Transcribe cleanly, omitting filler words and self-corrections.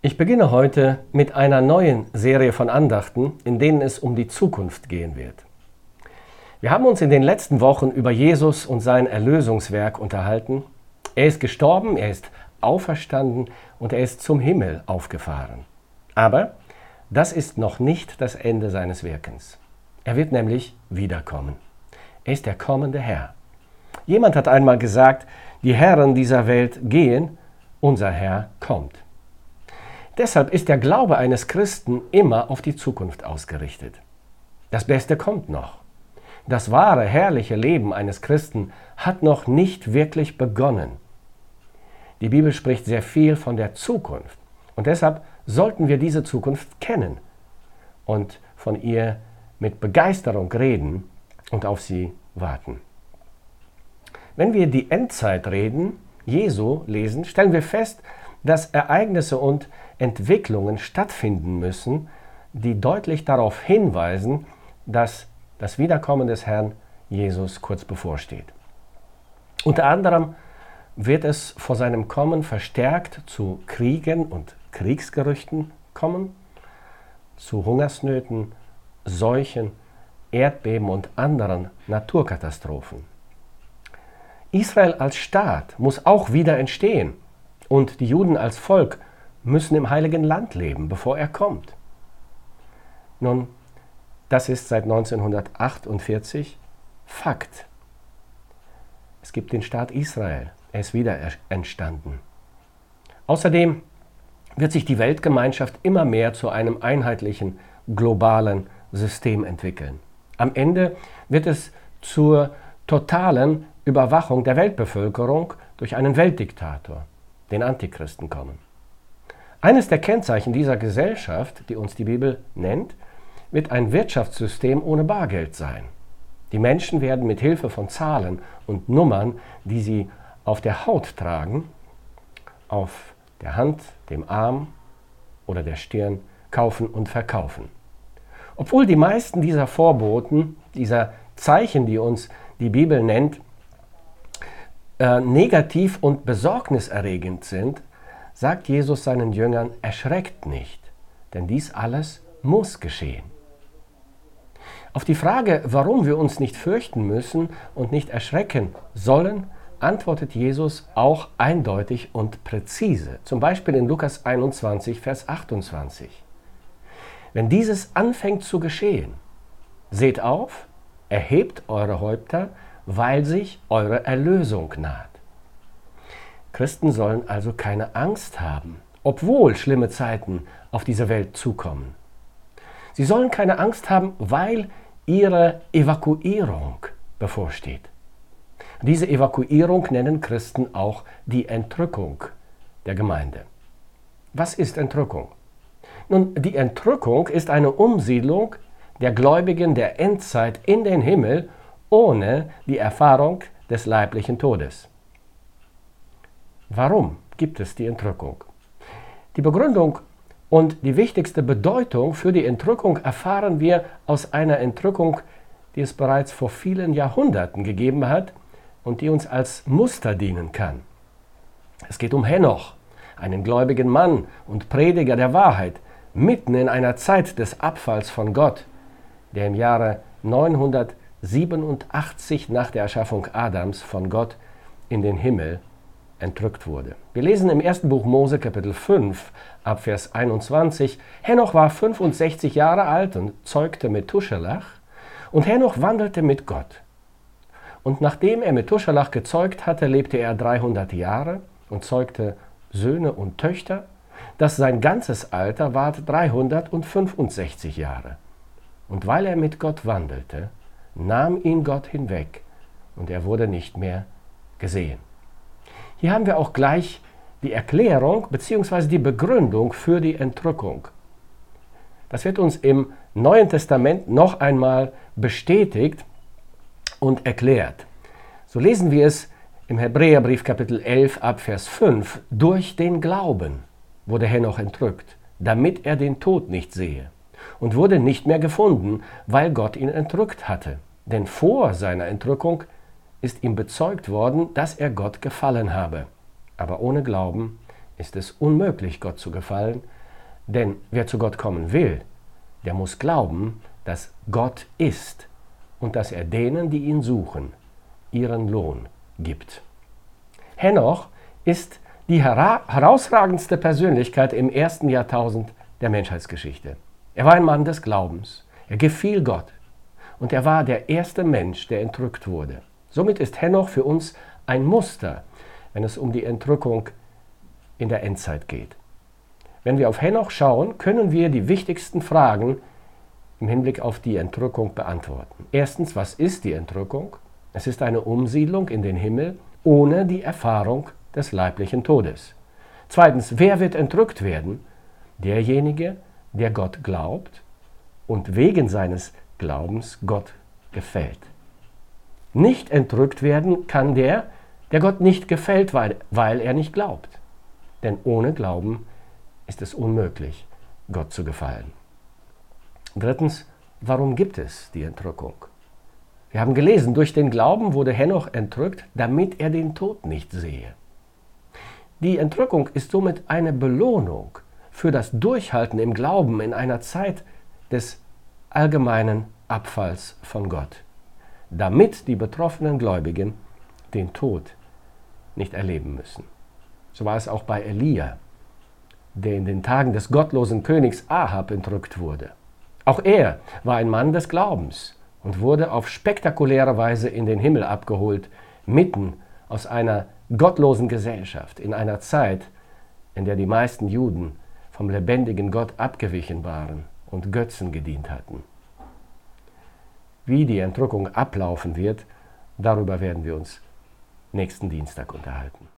Ich beginne heute mit einer neuen Serie von Andachten, in denen es um die Zukunft gehen wird. Wir haben uns in den letzten Wochen über Jesus und sein Erlösungswerk unterhalten. Er ist gestorben, er ist auferstanden und er ist zum Himmel aufgefahren. Aber das ist noch nicht das Ende seines Wirkens. Er wird nämlich wiederkommen. Er ist der kommende Herr. Jemand hat einmal gesagt, die Herren dieser Welt gehen, unser Herr kommt. Deshalb ist der Glaube eines Christen immer auf die Zukunft ausgerichtet. Das Beste kommt noch. Das wahre, herrliche Leben eines Christen hat noch nicht wirklich begonnen. Die Bibel spricht sehr viel von der Zukunft und deshalb sollten wir diese Zukunft kennen und von ihr mit Begeisterung reden und auf sie warten. Wenn wir die Endzeitreden Jesu lesen, stellen wir fest, dass Ereignisse und Entwicklungen stattfinden müssen, die deutlich darauf hinweisen, dass das Wiederkommen des Herrn Jesus kurz bevorsteht. Unter anderem wird es vor seinem Kommen verstärkt zu Kriegen und Kriegsgerüchten kommen, zu Hungersnöten, Seuchen, Erdbeben und anderen Naturkatastrophen. Israel als Staat muss auch wieder entstehen und die Juden als Volk müssen im Heiligen Land leben, bevor er kommt. Nun, das ist seit 1948 Fakt. Es gibt den Staat Israel, er ist wieder entstanden. Außerdem wird sich die Weltgemeinschaft immer mehr zu einem einheitlichen, globalen System entwickeln. Am Ende wird es zur totalen Überwachung der Weltbevölkerung durch einen Weltdiktator, den Antichristen, kommen. Eines der Kennzeichen dieser Gesellschaft, die uns die Bibel nennt, wird ein Wirtschaftssystem ohne Bargeld sein. Die Menschen werden mit Hilfe von Zahlen und Nummern, die sie auf der Haut tragen, auf der Hand, dem Arm oder der Stirn, kaufen und verkaufen. Obwohl die meisten dieser Vorboten, dieser Zeichen, die uns die Bibel nennt, negativ und besorgniserregend sind, sagt Jesus seinen Jüngern, erschreckt nicht, denn dies alles muss geschehen. Auf die Frage, warum wir uns nicht fürchten müssen und nicht erschrecken sollen, antwortet Jesus auch eindeutig und präzise. Zum Beispiel in Lukas 21, Vers 28. Wenn dieses anfängt zu geschehen, seht auf, erhebt eure Häupter, weil sich eure Erlösung naht. Christen sollen also keine Angst haben, obwohl schlimme Zeiten auf diese Welt zukommen. Sie sollen keine Angst haben, weil ihre Evakuierung bevorsteht. Diese Evakuierung nennen Christen auch die Entrückung der Gemeinde. Was ist Entrückung? Nun, die Entrückung ist eine Umsiedlung der Gläubigen der Endzeit in den Himmel ohne die Erfahrung des leiblichen Todes. Warum gibt es die Entrückung? Die Begründung und die wichtigste Bedeutung für die Entrückung erfahren wir aus einer Entrückung, die es bereits vor vielen Jahrhunderten gegeben hat und die uns als Muster dienen kann. Es geht um Henoch, einen gläubigen Mann und Prediger der Wahrheit, mitten in einer Zeit des Abfalls von Gott, der im Jahre 987 nach der Erschaffung Adams von Gott in den Himmel entrückt wurde. Wir lesen im 1. Buch Mose, Kapitel 5, ab Vers 21, Henoch war 65 Jahre alt und zeugte Methuselach, und Henoch wandelte mit Gott. Und nachdem er Methuselach gezeugt hatte, lebte er 300 Jahre und zeugte Söhne und Töchter, dass sein ganzes Alter ward 365 Jahre. Und weil er mit Gott wandelte, nahm ihn Gott hinweg, und er wurde nicht mehr gesehen. Hier haben wir auch gleich die Erklärung bzw. die Begründung für die Entrückung. Das wird uns im Neuen Testament noch einmal bestätigt und erklärt. So lesen wir es im Hebräerbrief Kapitel 11 ab Vers 5. Durch den Glauben wurde Henoch entrückt, damit er den Tod nicht sehe, und wurde nicht mehr gefunden, weil Gott ihn entrückt hatte. Denn vor seiner Entrückung ist ihm bezeugt worden, dass er Gott gefallen habe. Aber ohne Glauben ist es unmöglich, Gott zu gefallen, denn wer zu Gott kommen will, der muss glauben, dass Gott ist und dass er denen, die ihn suchen, ihren Lohn gibt. Henoch ist die herausragendste Persönlichkeit im ersten Jahrtausend der Menschheitsgeschichte. Er war ein Mann des Glaubens, er gefiel Gott und er war der erste Mensch, der entrückt wurde. Somit ist Henoch für uns ein Muster, wenn es um die Entrückung in der Endzeit geht. Wenn wir auf Henoch schauen, können wir die wichtigsten Fragen im Hinblick auf die Entrückung beantworten. Erstens, was ist die Entrückung? Es ist eine Umsiedlung in den Himmel ohne die Erfahrung des leiblichen Todes. Zweitens, wer wird entrückt werden? Derjenige, der Gott glaubt und wegen seines Glaubens Gott gefällt. Nicht entrückt werden kann der Gott nicht gefällt, weil er nicht glaubt. Denn ohne Glauben ist es unmöglich, Gott zu gefallen. Drittens, warum gibt es die Entrückung? Wir haben gelesen, durch den Glauben wurde Henoch entrückt, damit er den Tod nicht sehe. Die Entrückung ist somit eine Belohnung für das Durchhalten im Glauben in einer Zeit des allgemeinen Abfalls von Gott, damit die betroffenen Gläubigen den Tod nicht erleben müssen. So war es auch bei Elia, der in den Tagen des gottlosen Königs Ahab entrückt wurde. Auch er war ein Mann des Glaubens und wurde auf spektakuläre Weise in den Himmel abgeholt, mitten aus einer gottlosen Gesellschaft, in einer Zeit, in der die meisten Juden vom lebendigen Gott abgewichen waren und Götzen gedient hatten. Wie die Entrückung ablaufen wird, darüber werden wir uns nächsten Dienstag unterhalten.